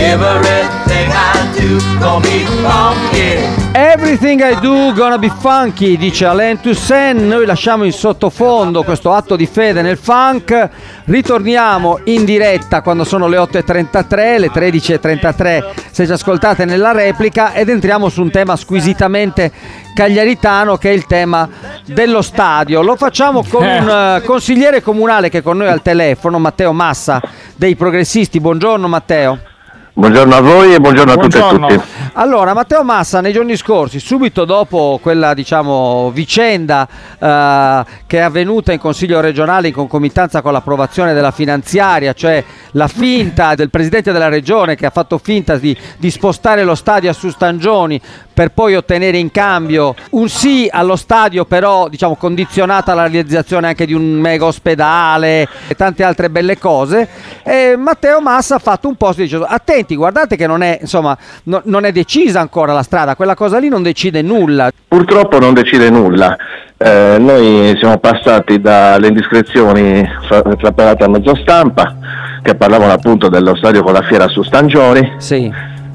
Everything I do gonna be funky. Everything I do gonna be funky, dice Alain Toussaint. Noi lasciamo in sottofondo questo atto di fede nel funk. Ritorniamo in diretta quando sono le 8.33, le 13.33 se ci ascoltate nella replica, ed entriamo su un tema squisitamente cagliaritano, che è il tema dello stadio. Lo facciamo con un consigliere comunale che è con noi al telefono, Matteo Massa dei Progressisti. Buongiorno Matteo. Buongiorno a voi e buongiorno a tutte e tutti. Allora, Matteo Massa, nei giorni scorsi, subito dopo quella vicenda che è avvenuta in Consiglio regionale in concomitanza con l'approvazione della finanziaria, cioè la finta del Presidente della Regione che ha fatto finta di spostare lo stadio a Sustangioni per poi ottenere in cambio un sì allo stadio, però condizionata alla realizzazione anche di un mega ospedale e tante altre belle cose, e Matteo Massa ha fatto un post dicendo: attenti, guardate che non è decisa ancora la strada, quella cosa lì non decide nulla. Purtroppo non decide nulla. Noi siamo passati dalle indiscrezioni trapelate a mezzo stampa che parlavano appunto dello stadio con la fiera su Stangioni, sì.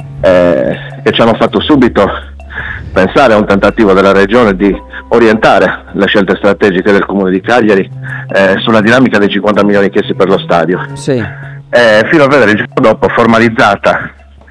E ci hanno fatto subito pensare a un tentativo della regione di orientare le scelte strategiche del comune di Cagliari sulla dinamica dei 50 milioni chiesti per lo stadio, sì. Fino a vedere il giorno dopo formalizzata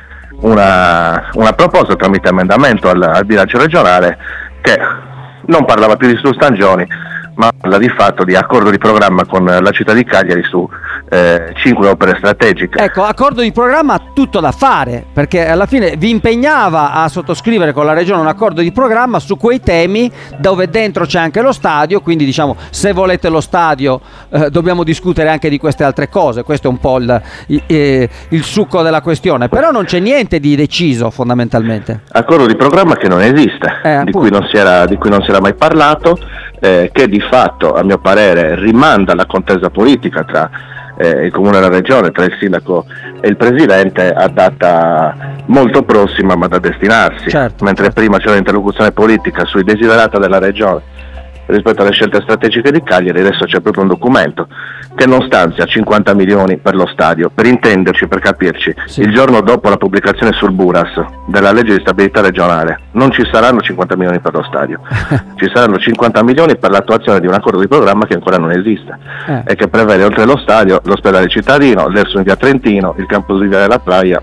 una proposta tramite emendamento al bilancio regionale che non parlava più di Sustangioni, ma parla di fatto di accordo di programma con la città di Cagliari su 5 opere strategiche. Ecco, accordo di programma, tutto da fare, perché alla fine vi impegnava a sottoscrivere con la regione un accordo di programma su quei temi dove dentro c'è anche lo stadio, quindi se volete lo stadio dobbiamo discutere anche di queste altre cose. Questo è un po' il succo della questione, però non c'è niente di deciso fondamentalmente. Accordo di programma che non esiste, di cui non si era mai parlato, che di fatto, a mio parere, rimanda la contesa politica tra il comune e la regione, tra il sindaco e il presidente, a data molto prossima ma da destinarsi, certo. Mentre prima c'era l'interlocuzione politica sui desiderata della regione rispetto alle scelte strategiche di Cagliari, adesso c'è proprio un documento che non stanzia 50 milioni per lo stadio. Per intenderci, per capirci, sì. Il giorno dopo la pubblicazione sul Buras della legge di stabilità regionale non ci saranno 50 milioni per lo stadio, ci saranno 50 milioni per l'attuazione di un accordo di programma che ancora non esiste e che prevede, oltre lo stadio, l'ospedale cittadino, l'Erso in via Trentino, il campus di via della Praia,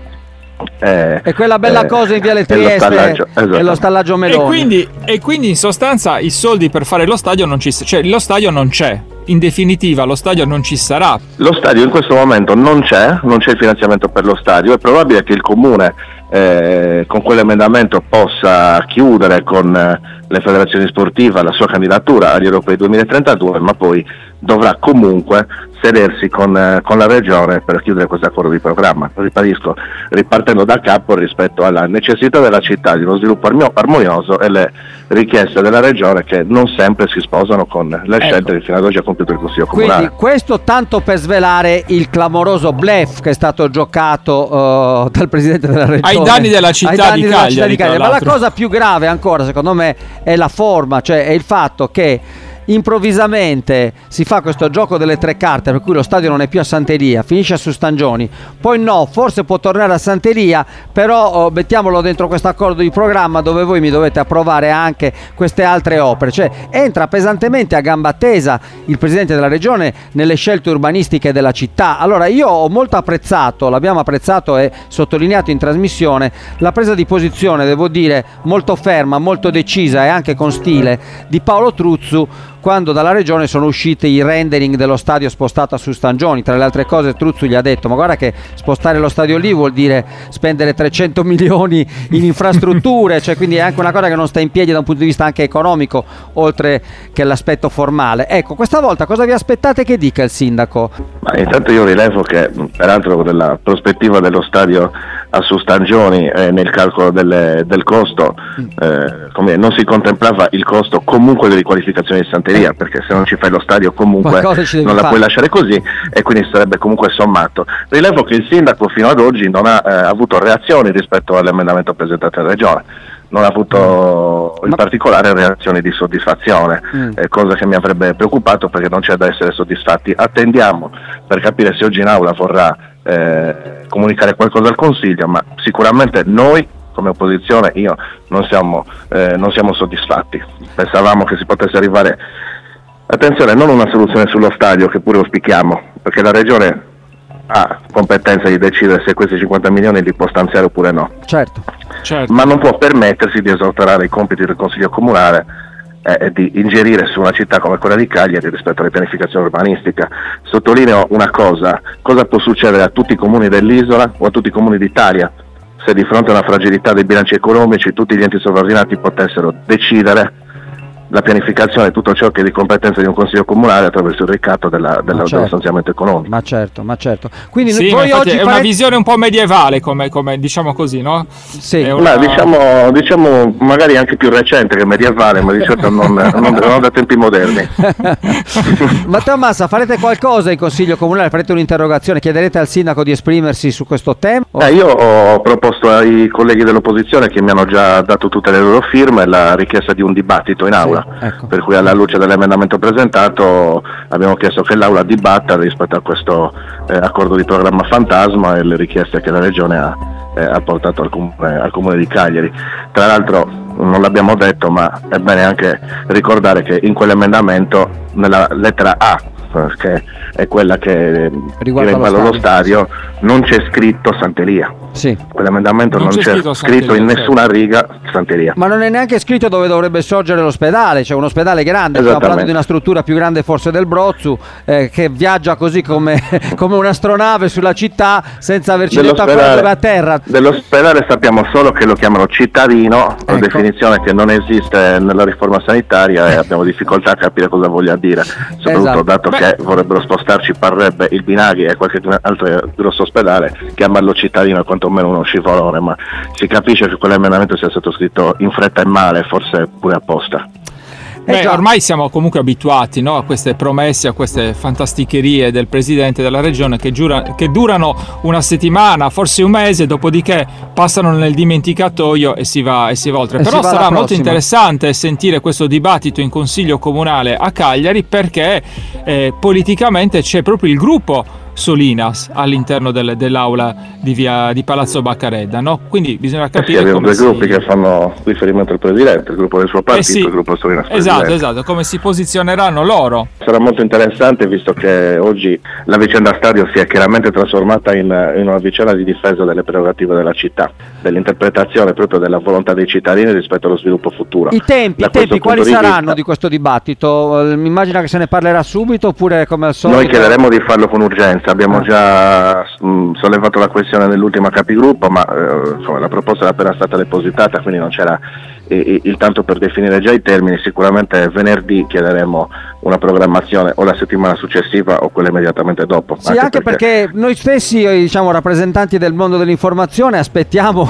e quella bella cosa in Viale Trieste e lo stallaggio Meloni. E quindi in sostanza i soldi per fare lo stadio non lo stadio non c'è. In definitiva lo stadio non ci sarà. Lo stadio in questo momento non c'è il finanziamento per lo stadio. È probabile che il comune con quell'emendamento possa chiudere con le federazioni sportive la sua candidatura agli Europei 2032, ma poi dovrà comunque sedersi con la regione per chiudere questo accordo di programma, ribadisco, ripartendo da capo rispetto alla necessità della città di uno sviluppo armonioso e le richieste della regione che non sempre si sposano con le scelte che fino ad oggi ha compiuto il Consiglio Comunale. Quindi questo tanto per svelare il clamoroso bluff che è stato giocato dal Presidente della regione ai danni della città di Cagliari. Ma la cosa più grave ancora secondo me è la forma, cioè è il fatto che improvvisamente si fa questo gioco delle tre carte, per cui lo stadio non è più a Santeria, finisce a Sustangioni, poi no, forse può tornare a Santeria, però mettiamolo dentro questo accordo di programma dove voi mi dovete approvare anche queste altre opere. Cioè entra pesantemente a gamba tesa il Presidente della Regione nelle scelte urbanistiche della città. Allora io ho molto apprezzato, l'abbiamo apprezzato e sottolineato in trasmissione, la presa di posizione, devo dire, molto ferma, molto decisa e anche con stile di Paolo Truzzu quando dalla regione sono usciti i rendering dello stadio spostato a Sustangioni. Tra le altre cose Truzzu gli ha detto: ma guarda che spostare lo stadio lì vuol dire spendere 300 milioni in infrastrutture, cioè quindi è anche una cosa che non sta in piedi da un punto di vista anche economico, oltre che l'aspetto formale. Ecco, questa volta cosa vi aspettate che dica il sindaco? Ma intanto io rilevo che, peraltro, nella prospettiva dello stadio a Sustangioni nel calcolo del costo non si contemplava il costo comunque delle riqualificazioni di Santeria, perché se non ci fai lo stadio comunque non la puoi lasciare così, e quindi sarebbe comunque sommato. Rilevo che il sindaco fino ad oggi non ha avuto reazioni rispetto all'emendamento presentato in regione, non ha avuto in particolare reazioni di soddisfazione, cosa che mi avrebbe preoccupato, perché non c'è da essere soddisfatti. Attendiamo per capire se oggi in aula vorrà comunicare qualcosa al Consiglio, ma sicuramente noi come opposizione non siamo soddisfatti. Pensavamo che si potesse arrivare, attenzione, non una soluzione sullo stadio, che pure auspichiamo, perché la Regione ha competenza di decidere se questi 50 milioni li può stanziare oppure no. Certo. Ma non può permettersi di esautorare i compiti del Consiglio Comunale e di ingerire su una città come quella di Cagliari rispetto alla pianificazione urbanistica. Sottolineo una cosa può succedere a tutti i comuni dell'isola o a tutti i comuni d'Italia se di fronte a una fragilità dei bilanci economici tutti gli enti sovraordinati potessero decidere la pianificazione di tutto ciò che è di competenza di un consiglio comunale attraverso il ricatto dello stanziamento economico. Ma certo. Quindi sì, voi oggi è una visione un po' medievale, come diciamo così, no? Sì. Diciamo magari anche più recente che medievale, ma di certo non da tempi moderni. Matteo Massa, farete qualcosa in consiglio comunale? Farete un'interrogazione? Chiederete al sindaco di esprimersi su questo tema? Io ho proposto ai colleghi dell'opposizione, che mi hanno già dato tutte le loro firme, la richiesta di un dibattito in aula. Ecco. Per cui alla luce dell'emendamento presentato abbiamo chiesto che l'Aula dibatta rispetto a questo accordo di programma fantasma e le richieste che la Regione ha portato al comune di Cagliari. Tra l'altro non l'abbiamo detto, ma è bene anche ricordare che in quell'emendamento, nella lettera A, che è quella che riguarda lo stadio, non c'è scritto Santeria. Sì. Quell'emendamento non c'è scritto in nessuna riga Santeria. Ma non è neanche scritto dove dovrebbe sorgere l'ospedale, cioè un ospedale grande, stiamo parlando di una struttura più grande forse del Brozzu, che viaggia così come un'astronave sulla città senza averci detto ancora dove a terra. Dell'ospedale sappiamo solo che lo chiamano cittadino, ecco. Definizione che non esiste nella riforma sanitaria e abbiamo difficoltà a capire cosa voglia dire, soprattutto dato che vorrebbero spostarci, parrebbe il Binaghi e qualche altro grosso ospedale, chiamarlo cittadino è quantomeno uno scivolone, ma si capisce che quell'emendamento sia stato scritto in fretta e male, forse pure apposta. Ormai siamo comunque abituati, no, a queste promesse, a queste fantasticherie del presidente della regione che durano una settimana, forse un mese, dopodiché passano nel dimenticatoio e si va oltre. Però sarà molto interessante sentire questo dibattito in consiglio comunale a Cagliari, perché politicamente c'è proprio il gruppo Solinas all'interno dell'aula di Palazzo Baccaredda, no? Quindi bisogna capire abbiamo due gruppi che fanno riferimento al presidente, il gruppo del suo partito e il gruppo Solinas presidente. Esatto, come si posizioneranno loro. Sarà molto interessante, visto che oggi la vicenda stadio si è chiaramente trasformata in una vicenda di difesa delle prerogative della città, dell'interpretazione proprio della volontà dei cittadini rispetto allo sviluppo futuro. I tempi quali saranno di questo dibattito? Mi immagino che se ne parlerà subito, oppure come al solito? Noi chiederemo di farlo con urgenza. Abbiamo già sollevato la questione nell'ultima capigruppo, ma la proposta era appena stata depositata, quindi non c'era il tanto per definire già i termini. Sicuramente venerdì chiederemo una programmazione o la settimana successiva o quella immediatamente dopo. Sì, anche perché noi stessi, rappresentanti del mondo dell'informazione, aspettiamo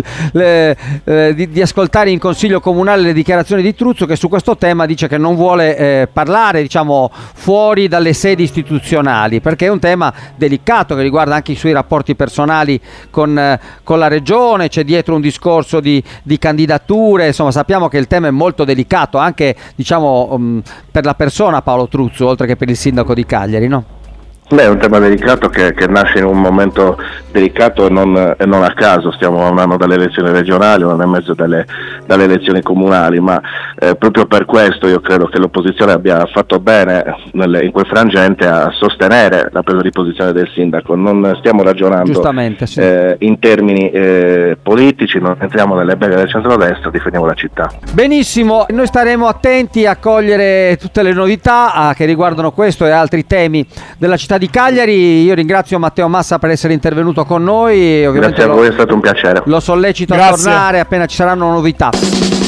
di ascoltare in consiglio comunale le dichiarazioni di Truzzo, che su questo tema dice che non vuole parlare fuori dalle sedi istituzionali, perché è un tema delicato che riguarda anche i suoi rapporti personali con la regione. C'è dietro un discorso di candidature, insomma sappiamo che il tema è molto delicato anche per la persona Paolo Truzzo, oltre che per il sindaco di Cagliari, no? Beh, è un tema delicato che nasce in un momento delicato e non a caso. Stiamo a un anno dalle elezioni regionali, un anno e mezzo dalle elezioni comunali, ma proprio per questo io credo che l'opposizione abbia fatto bene in quel frangente a sostenere la presa di posizione del sindaco. Non stiamo ragionando in termini politici, non entriamo nelle beghe del centrodestra, difendiamo la città. Benissimo, noi staremo attenti a cogliere tutte le novità che riguardano questo e altri temi della città di Cagliari. Io ringrazio Matteo Massa per essere intervenuto con noi. Ovviamente grazie a voi, è stato un piacere. Lo sollecito a tornare appena ci saranno novità.